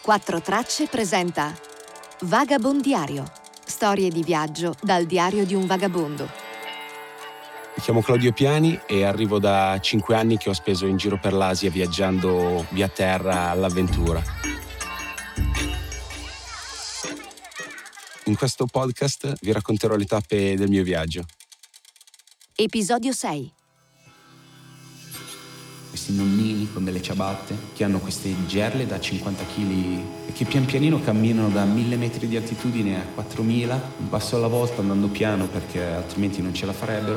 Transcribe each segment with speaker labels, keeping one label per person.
Speaker 1: Quattro Tracce presenta Vagabond Diario. Storie di viaggio dal diario di un vagabondo.
Speaker 2: Mi chiamo Claudio Piani e arrivo da 5 anni che ho speso in giro per l'Asia viaggiando via terra all'avventura. In questo podcast vi racconterò le tappe del mio viaggio.
Speaker 1: Episodio 6.
Speaker 2: Questi nonnini con delle ciabatte che hanno queste gerle da 50 kg e che pian pianino camminano da 1000 metri di altitudine a 4000, un passo alla volta andando piano perché altrimenti non ce la farebbero.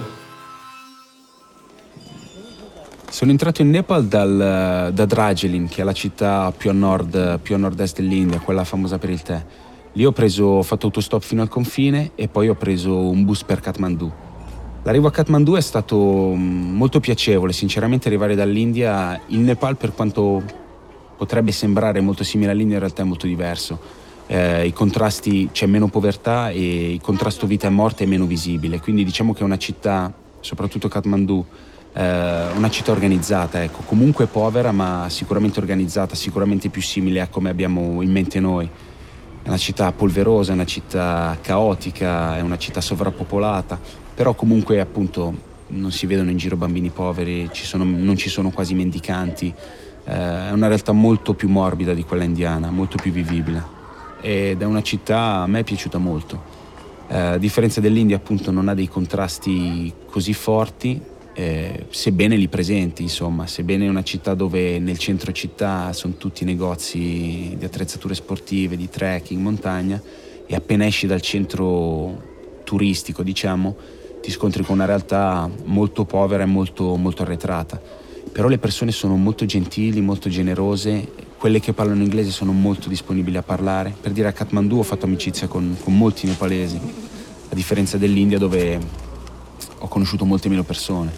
Speaker 2: Sono entrato in Nepal da Darjeeling, che è la città più a nord-est dell'India, quella famosa per il tè. Lì ho fatto autostop fino al confine e poi ho preso un bus per Kathmandu. L'arrivo a Kathmandu è stato molto piacevole, sinceramente arrivare dall'India. Il Nepal, per quanto potrebbe sembrare molto simile all'India, in realtà è molto diverso. I contrasti, c'è meno povertà e il contrasto vita e morte è meno visibile, quindi diciamo che è una città, soprattutto Kathmandu, una città organizzata, ecco, comunque povera ma sicuramente organizzata, sicuramente più simile a come abbiamo in mente noi. È una città polverosa, è una città caotica, è una città sovrappopolata, però comunque appunto non si vedono in giro bambini poveri, non ci sono quasi mendicanti, è una realtà molto più morbida di quella indiana, molto più vivibile ed è una città a me è piaciuta molto. A differenza dell'India appunto non ha dei contrasti così forti, sebbene li presenti, insomma, sebbene è una città dove nel centro città sono tutti negozi di attrezzature sportive, di trekking, montagna, e appena esci dal centro turistico, diciamo, ti scontri con una realtà molto povera e molto, molto arretrata. Però le persone sono molto gentili, molto generose, quelle che parlano inglese sono molto disponibili a parlare. Per dire, a Kathmandu ho fatto amicizia con molti nepalesi, a differenza dell'India dove ho conosciuto molte meno persone.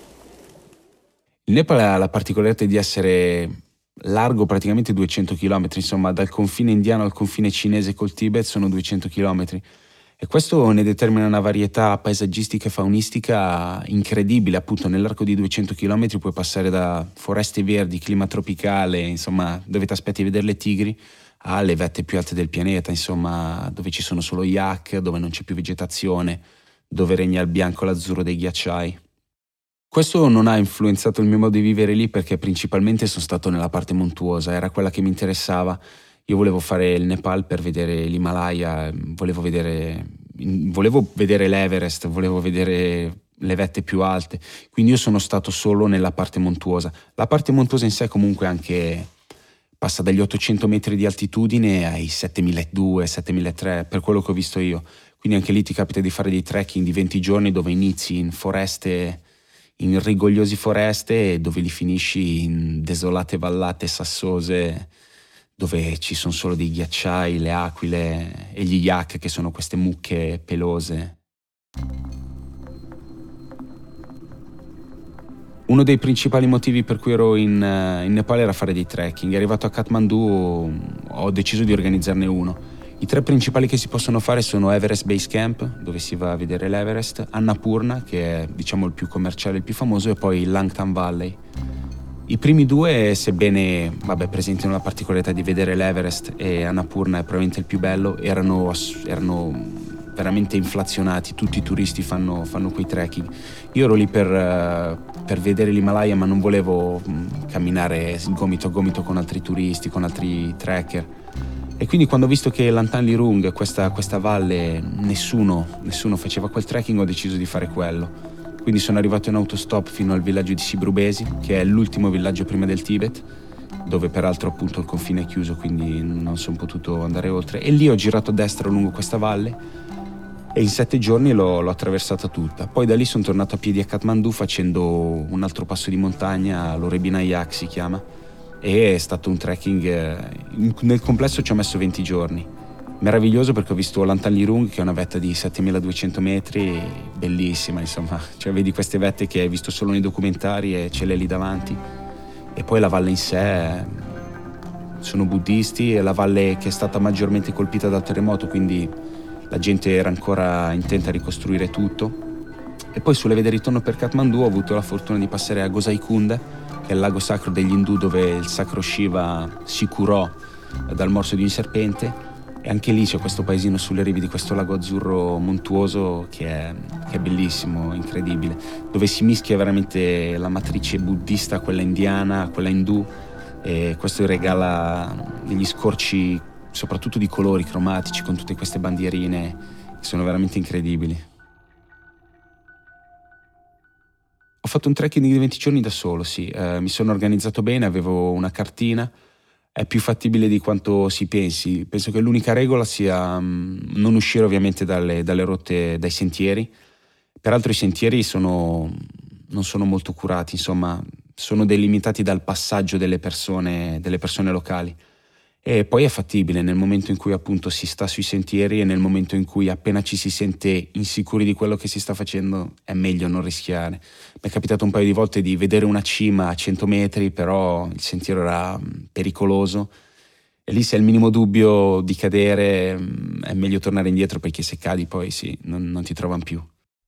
Speaker 2: Il Nepal ha la particolarità di essere largo praticamente 200 km, insomma dal confine indiano al confine cinese col Tibet sono 200 km e questo ne determina una varietà paesaggistica e faunistica incredibile. Appunto nell'arco di 200 km puoi passare da foreste verdi, clima tropicale, insomma dove ti aspetti a vedere le tigri, alle vette più alte del pianeta, insomma dove ci sono solo yak, dove non c'è più vegetazione, dove regna il bianco e l'azzurro dei ghiacciai. Questo non ha influenzato il mio modo di vivere lì perché principalmente sono stato nella parte montuosa, era quella che mi interessava. Io volevo fare il Nepal per vedere l'Himalaya, volevo vedere l'Everest, volevo vedere le vette più alte, quindi io sono stato solo nella parte montuosa. La parte montuosa in sé comunque anche passa dagli 800 metri di altitudine ai 7200, 7300, per quello che ho visto io. Quindi anche lì ti capita di fare dei trekking di 20 giorni dove inizi in foreste, in rigogliosi foreste, e dove li finisci in desolate vallate sassose dove ci sono solo dei ghiacciai, le aquile e gli yak, che sono queste mucche pelose. Uno dei principali motivi per cui ero in Nepal era fare dei trekking. Arrivato a Kathmandu ho deciso di organizzarne uno. I 3 principali che si possono fare sono Everest Base Camp, dove si va a vedere l'Everest, Annapurna, che è diciamo il più commerciale, il più famoso, e poi Langtang Valley. I primi 2, sebbene presentino la particolarità di vedere l'Everest, e Annapurna è probabilmente il più bello, erano veramente inflazionati, tutti i turisti fanno quei trekking. Io ero lì per vedere l'Himalaya, ma non volevo camminare gomito a gomito con altri turisti, con altri trekker. E quindi quando ho visto che Lantan Lirung, questa valle, nessuno faceva quel trekking, ho deciso di fare quello. Quindi sono arrivato in autostop fino al villaggio di Sibrubesi, che è l'ultimo villaggio prima del Tibet, dove peraltro appunto il confine è chiuso, quindi non sono potuto andare oltre. E lì ho girato a destra lungo questa valle e in 7 giorni l'ho attraversata tutta. Poi da lì sono tornato a piedi a Kathmandu facendo un altro passo di montagna, l'Orebinayak si chiama, e è stato un trekking, nel complesso ci ho messo 20 giorni. Meraviglioso perché ho visto Lantan Lirung, che è una vetta di 7200 metri, bellissima, insomma, cioè vedi queste vette che hai visto solo nei documentari e ce le lì davanti. E poi la valle in sé, sono buddisti, è la valle che è stata maggiormente colpita dal terremoto, quindi la gente era ancora intenta a ricostruire tutto. E poi sulle vie del ritorno per Kathmandu ho avuto la fortuna di passare a Gosaikunda, che è il lago sacro degli Indù, dove il sacro Shiva si curò dal morso di un serpente. E anche lì c'è questo paesino sulle rive di questo lago azzurro montuoso che è bellissimo, incredibile, dove si mischia veramente la matrice buddista, quella indiana, quella indù, e questo regala degli scorci soprattutto di colori cromatici con tutte queste bandierine che sono veramente incredibili. Ho fatto un trekking di 20 giorni da solo, sì, mi sono organizzato bene, avevo una cartina. È più fattibile di quanto si pensi. Penso che l'unica regola sia non uscire ovviamente dalle rotte, dai sentieri. Peraltro i sentieri non sono molto curati, insomma, sono delimitati dal passaggio delle persone locali. E poi è fattibile nel momento in cui appunto si sta sui sentieri e nel momento in cui appena ci si sente insicuri di quello che si sta facendo è meglio non rischiare. Mi è capitato un paio di volte di vedere una cima a 100 metri, però il sentiero era pericoloso e lì se hai il minimo dubbio di cadere è meglio tornare indietro, perché se cadi poi sì, non ti trovano più.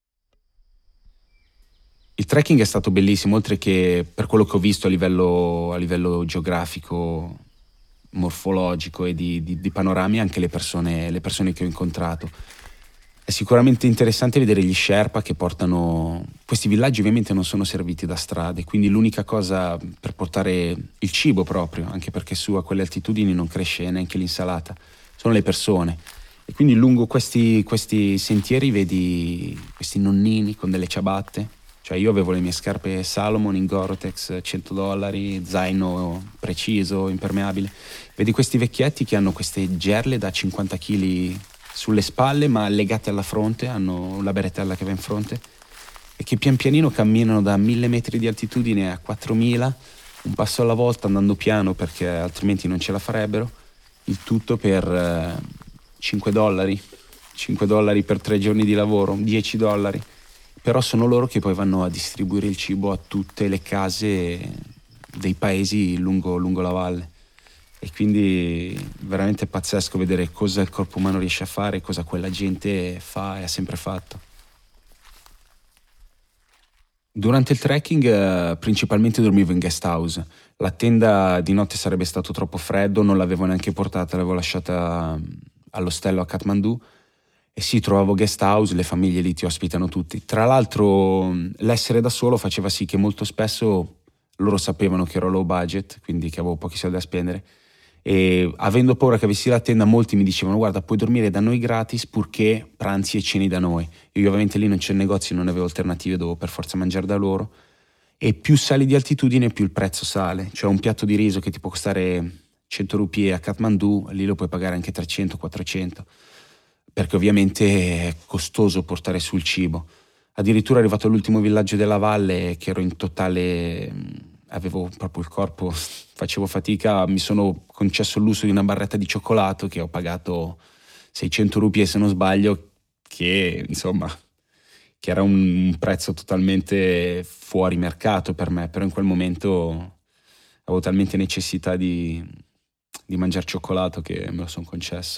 Speaker 2: Il trekking è stato bellissimo, oltre che per quello che ho visto a livello geografico, morfologico e di panorami, anche le persone che ho incontrato. È sicuramente interessante vedere gli Sherpa che portano... Questi villaggi ovviamente non sono serviti da strade, quindi l'unica cosa per portare il cibo proprio, anche perché su a quelle altitudini non cresce neanche l'insalata, sono le persone. E quindi lungo questi sentieri vedi questi nonnini con delle ciabatte. Cioè io avevo le mie scarpe Salomon in Gore-Tex, $100, zaino preciso, impermeabile. Vedi questi vecchietti che hanno queste gerle da 50 kg sulle spalle, ma legate alla fronte, hanno la beretella che va in fronte, e che pian pianino camminano da 1000 metri di altitudine a 4000, un passo alla volta, andando piano perché altrimenti non ce la farebbero. Il tutto per $5. $5 per 3 giorni di lavoro, $10. Però sono loro che poi vanno a distribuire il cibo a tutte le case dei paesi lungo la valle. E quindi veramente pazzesco vedere cosa il corpo umano riesce a fare, cosa quella gente fa e ha sempre fatto. Durante il trekking principalmente dormivo in guest house. La tenda di notte sarebbe stato troppo freddo, non l'avevo neanche portata, l'avevo lasciata all'ostello a Kathmandu. E sì, trovavo guest house, le famiglie lì ti ospitano tutti. Tra l'altro l'essere da solo faceva sì che molto spesso loro sapevano che ero low budget, quindi che avevo pochi soldi da spendere, e avendo paura che avessi la tenda molti mi dicevano: guarda, puoi dormire da noi gratis purché pranzi e ceni da noi. Io ovviamente lì non c'è negozio, non avevo alternative, dovevo per forza mangiare da loro. E più sali di altitudine più il prezzo sale, cioè un piatto di riso che ti può costare 100 rupie a Kathmandu, lì lo puoi pagare anche 300-400, perché ovviamente è costoso portare sul cibo. Addirittura arrivato all'ultimo villaggio della valle, che ero in totale, avevo proprio il corpo, facevo fatica, mi sono concesso l'uso di una barretta di cioccolato che ho pagato 600 rupie se non sbaglio, che insomma, che era un prezzo totalmente fuori mercato per me, però in quel momento avevo talmente necessità di mangiare cioccolato che me lo sono concesso.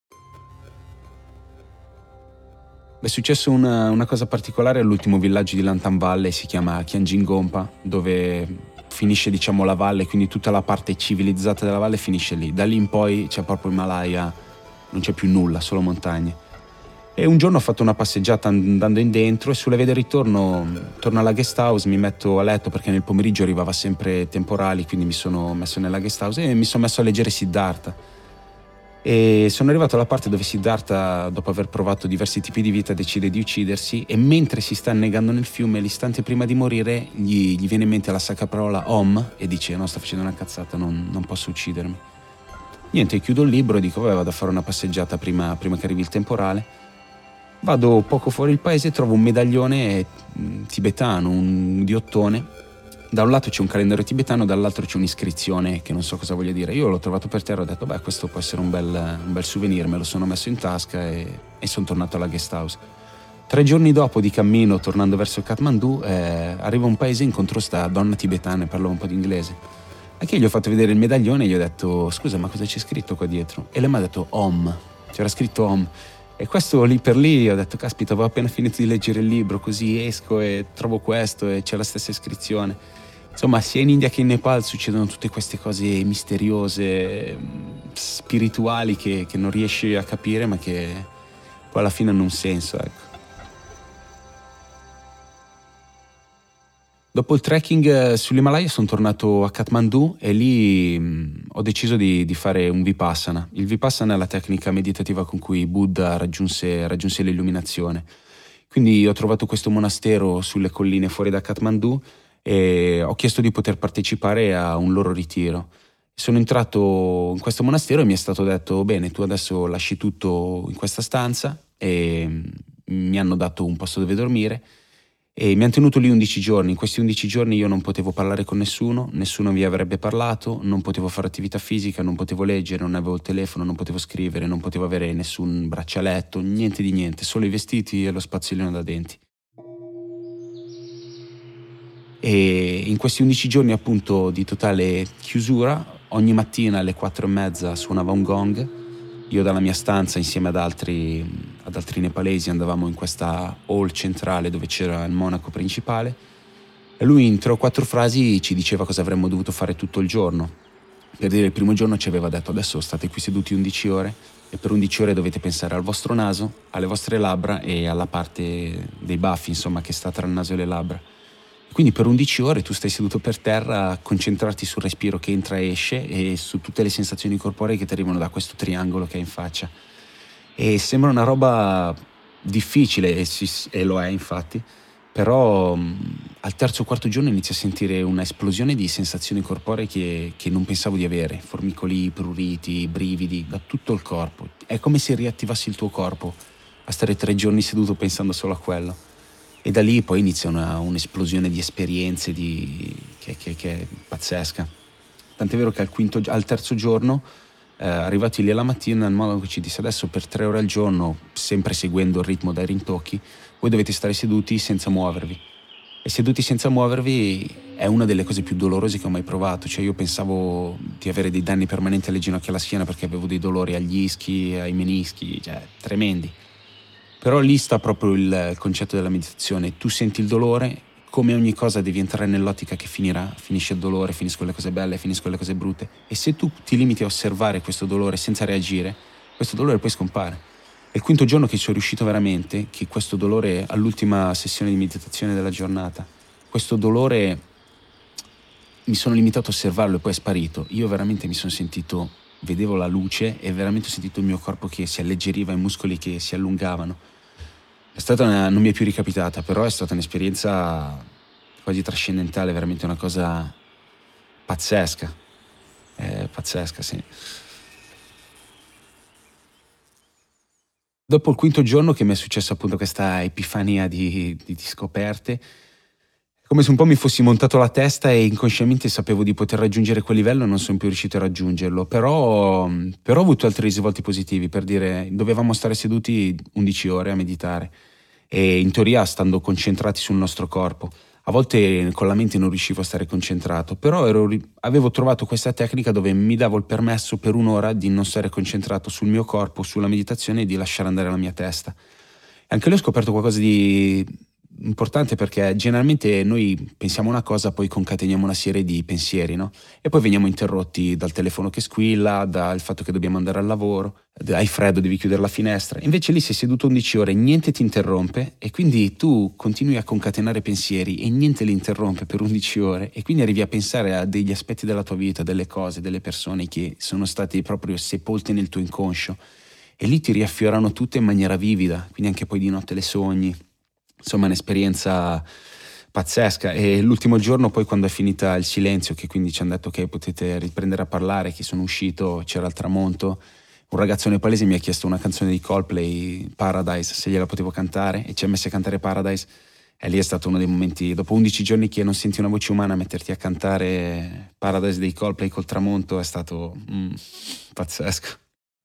Speaker 2: È successo una cosa particolare all'ultimo villaggio di Lantan Valley, si chiama Kianjin-gompa, dove finisce diciamo la valle, quindi tutta la parte civilizzata della valle finisce lì. Da lì in poi c'è proprio Himalaya, non c'è più nulla, solo montagne. E un giorno ho fatto una passeggiata andando in dentro e sulla via del ritorno torno alla guest house, mi metto a letto perché nel pomeriggio arrivava sempre temporali, quindi mi sono messo nella guest house e mi sono messo a leggere Siddhartha. E sono arrivato alla parte dove Siddhartha, dopo aver provato diversi tipi di vita, decide di uccidersi, e mentre si sta annegando nel fiume, l'istante prima di morire, gli viene in mente la sacra parola Om e dice: no, sto facendo una cazzata, non posso uccidermi. Niente, chiudo il libro e dico: vabbè, vado a fare una passeggiata prima che arrivi il temporale. Vado poco fuori il paese e trovo un medaglione tibetano, un diottone. Da un lato c'è un calendario tibetano, dall'altro c'è un'iscrizione che non so cosa voglia dire. Io l'ho trovato per terra e ho detto: beh, questo può essere un bel souvenir. Me lo sono messo in tasca e sono tornato alla guest house. 3 giorni dopo di cammino, tornando verso Kathmandu, arrivo a un paese e incontro sta donna tibetana e parlava un po' di inglese. Anche io gli ho fatto vedere il medaglione e gli ho detto: scusa, ma cosa c'è scritto qua dietro? E lei mi ha detto Om, c'era scritto Om. E questo lì per lì ho detto: caspita, avevo appena finito di leggere il libro, così esco e trovo questo e c'è la stessa iscrizione. Insomma, sia in India che in Nepal succedono tutte queste cose misteriose, spirituali che non riesci a capire, ma che poi alla fine hanno un senso, ecco. Dopo il trekking sull'Himalaya sono tornato a Kathmandu e lì ho deciso di fare un Vipassana. Il Vipassana è la tecnica meditativa con cui Buddha raggiunse l'illuminazione. Quindi ho trovato questo monastero sulle colline fuori da Kathmandu e ho chiesto di poter partecipare a un loro ritiro. Sono entrato in questo monastero e mi è stato detto: bene, tu adesso lasci tutto in questa stanza, e mi hanno dato un posto dove dormire. E mi hanno tenuto lì 11 giorni. In questi 11 giorni io non potevo parlare con nessuno mi avrebbe parlato, non potevo fare attività fisica, non potevo leggere, non avevo il telefono, non potevo scrivere, non potevo avere nessun braccialetto, niente di niente, solo i vestiti e lo spazzolino da denti. E in questi 11 giorni appunto di totale chiusura, ogni mattina alle 4:30 suonava un gong. Io dalla mia stanza insieme ad altri nepalesi andavamo in questa hall centrale dove c'era il monaco principale e lui in 3 o 4 frasi ci diceva cosa avremmo dovuto fare tutto il giorno. Per dire, il primo giorno ci aveva detto: adesso state qui seduti 11 ore e per 11 ore dovete pensare al vostro naso, alle vostre labbra e alla parte dei baffi, insomma, che sta tra il naso e le labbra. Quindi per 11 ore tu stai seduto per terra a concentrarti sul respiro che entra e esce e su tutte le sensazioni corporee che ti arrivano da questo triangolo che hai in faccia. E sembra una roba difficile, e lo è infatti, però al terzo o quarto giorno inizi a sentire una esplosione di sensazioni corporee che non pensavo di avere: formicoli, pruriti, brividi da tutto il corpo. È come se riattivassi il tuo corpo a stare 3 giorni seduto pensando solo a quello. E da lì poi inizia un'esplosione di esperienze che è pazzesca. Tant'è vero che al terzo giorno, arrivati lì alla mattina, il monaco ci disse: adesso per 3 ore al giorno, sempre seguendo il ritmo dai rintocchi, voi dovete stare seduti senza muovervi. E seduti senza muovervi è una delle cose più dolorose che ho mai provato. Cioè, io pensavo di avere dei danni permanenti alle ginocchia e alla schiena perché avevo dei dolori agli ischi, ai menischi, cioè tremendi. Però lì sta proprio il concetto della meditazione. Tu senti il dolore, come ogni cosa devi entrare nell'ottica che finirà, finisce il dolore, finiscono le cose belle, finiscono le cose brutte. E se tu ti limiti a osservare questo dolore senza reagire, questo dolore poi scompare. È il quinto giorno che ci sono riuscito veramente, che questo dolore, all'ultima sessione di meditazione della giornata, questo dolore mi sono limitato a osservarlo e poi è sparito. Io veramente mi sono sentito, vedevo la luce e veramente ho sentito il mio corpo che si alleggeriva, i muscoli che si allungavano. Non mi è più ricapitata, però è stata un'esperienza quasi trascendentale, veramente una cosa pazzesca. Pazzesca, sì. Dopo il quinto giorno che mi è successa appunto questa epifania di scoperte, è come se un po' mi fossi montato la testa e inconsciamente sapevo di poter raggiungere quel livello e non sono più riuscito a raggiungerlo, però ho avuto altri risvolti positivi. Per dire, dovevamo stare seduti 11 ore a meditare e in teoria stando concentrati sul nostro corpo. A volte con la mente non riuscivo a stare concentrato, però avevo trovato questa tecnica dove mi davo il permesso per 1 ora di non stare concentrato sul mio corpo, sulla meditazione e di lasciare andare la mia testa. E anche lì ho scoperto qualcosa di importante, perché generalmente noi pensiamo una cosa, poi concateniamo una serie di pensieri, no? E poi veniamo interrotti dal telefono che squilla, dal fatto che dobbiamo andare al lavoro, hai freddo, devi chiudere la finestra. Invece lì sei seduto 11 ore, niente ti interrompe e quindi tu continui a concatenare pensieri e niente li interrompe per 11 ore e quindi arrivi a pensare a degli aspetti della tua vita, delle cose, delle persone che sono stati proprio sepolte nel tuo inconscio e lì ti riaffiorano tutte in maniera vivida, quindi anche poi di notte le sogni. Insomma, è un'esperienza pazzesca. E l'ultimo giorno poi, quando è finita il silenzio, che quindi ci hanno detto che potete riprendere a parlare, che sono uscito, c'era il tramonto, un ragazzo nepalese mi ha chiesto una canzone di Coldplay, Paradise, se gliela potevo cantare, e ci ha messo a cantare Paradise. E lì è stato uno dei momenti, dopo 11 giorni che non senti una voce umana, metterti a cantare Paradise dei Coldplay col tramonto è stato pazzesco.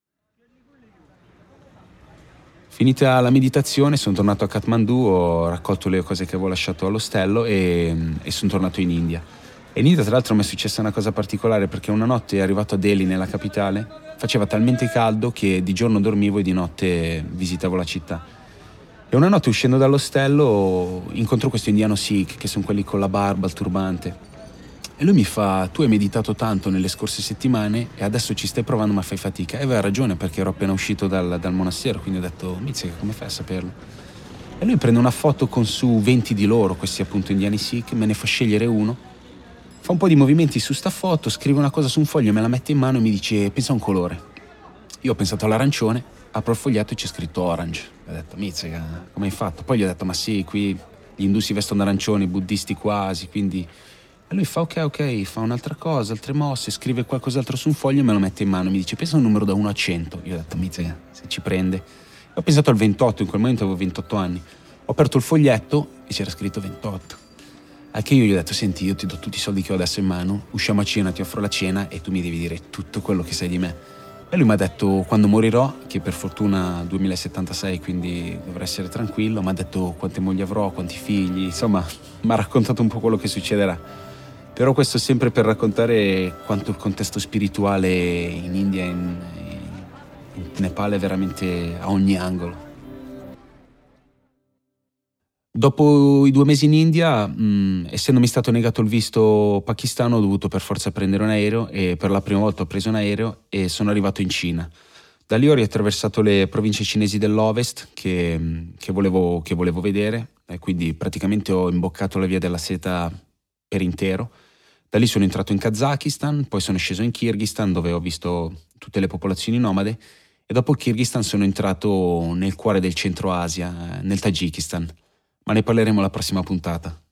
Speaker 2: Finita la meditazione sono tornato a Kathmandu, ho raccolto le cose che avevo lasciato all'ostello e sono tornato in India. E in India tra l'altro mi è successa una cosa particolare, perché una notte arrivato a Delhi, nella capitale, faceva talmente caldo che di giorno dormivo e di notte visitavo la città. E una notte uscendo dall'ostello incontro questo indiano Sikh, che sono quelli con la barba, il turbante. E lui mi fa: tu hai meditato tanto nelle scorse settimane e adesso ci stai provando ma fai fatica. E aveva ragione, perché ero appena uscito dal monastero, quindi ho detto: mizzica, come fai a saperlo? E lui prende una foto con su 20 di loro, questi appunto indiani Sikh, me ne fa scegliere uno, fa un po' di movimenti su sta foto, scrive una cosa su un foglio, me la mette in mano e mi dice: pensa a un colore. Io ho pensato all'arancione, apro il foglietto e c'è scritto orange. Ho detto: mizzica, come hai fatto? Poi gli ho detto: ma sì, qui gli indù si vestono arancioni, i buddisti quasi, quindi... E lui fa ok, fa un'altra cosa, altre mosse, scrive qualcos'altro su un foglio e me lo mette in mano. Mi dice: pensa a un numero da 1 a 100. Io ho detto: mizzica, se ci prende. E ho pensato al 28, in quel momento avevo 28 anni. Ho aperto il foglietto e c'era scritto 28. Anche io gli ho detto: senti, io ti do tutti i soldi che ho adesso in mano, usciamo a cena, ti offro la cena e tu mi devi dire tutto quello che sai di me. E lui mi ha detto: quando morirò, che per fortuna 2076, quindi dovrei essere tranquillo, mi ha detto quante mogli avrò, quanti figli, insomma, mi ha raccontato un po' quello che succederà. Però questo sempre per raccontare quanto il contesto spirituale in India e in Nepal è veramente a ogni angolo. Dopo i 2 mesi in India, essendomi stato negato il visto pakistano, ho dovuto per forza prendere un aereo e per la prima volta ho preso un aereo e sono arrivato in Cina. Da lì ho riattraversato le province cinesi dell'Ovest che volevo vedere, e quindi praticamente ho imboccato la via della seta per intero. Da lì sono entrato in Kazakistan, poi sono sceso in Kirghizistan dove ho visto tutte le popolazioni nomade e dopo il Kirghizistan sono entrato nel cuore del Centro Asia, nel Tagikistan. Ma ne parleremo alla prossima puntata.